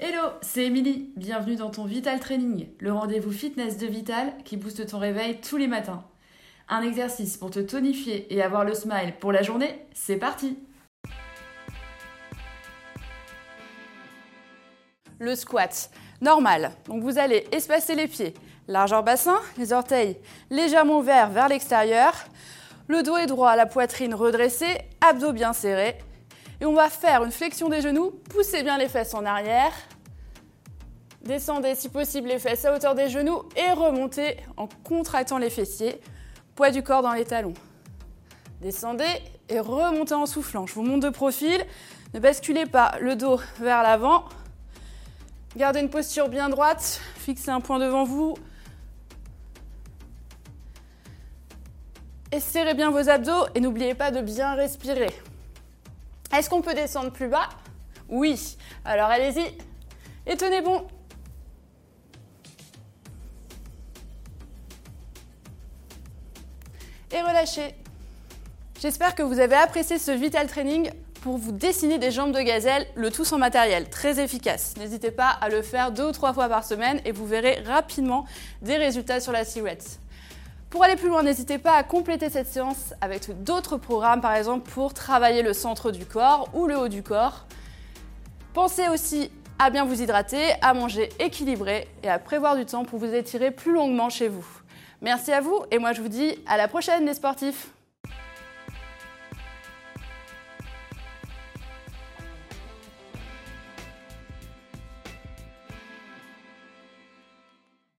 Hello, c'est Émilie. Bienvenue dans ton Vital Training, le rendez-vous fitness de Vital qui booste ton réveil tous les matins. Un exercice pour te tonifier et avoir le smile pour la journée, c'est parti! Le squat, normal. Donc vous allez espacer les pieds, largeur bassin, les orteils légèrement ouverts vers l'extérieur. Le dos est droit, la poitrine redressée, abdos bien serrés. Et on va faire une flexion des genoux, poussez bien les fesses en arrière. Descendez si possible les fesses à hauteur des genoux et remontez en contractant les fessiers. Poids du corps dans les talons. Descendez et remontez en soufflant. Je vous monte de profil. Ne basculez pas le dos vers l'avant. Gardez une posture bien droite. Fixez un point devant vous. Et serrez bien vos abdos et n'oubliez pas de bien respirer. Est-ce qu'on peut descendre plus bas? Oui. Alors allez-y et tenez bon. Et relâchez. J'espère que vous avez apprécié ce Vital Training pour vous dessiner des jambes de gazelle, le tout sans matériel, très efficace. N'hésitez pas à le faire 2 ou 3 fois par semaine et vous verrez rapidement des résultats sur la silhouette. Pour aller plus loin, n'hésitez pas à compléter cette séance avec d'autres programmes, par exemple pour travailler le centre du corps ou le haut du corps. Pensez aussi à bien vous hydrater, à manger équilibré et à prévoir du temps pour vous étirer plus longuement chez vous. Merci à vous et moi je vous dis à la prochaine les sportifs.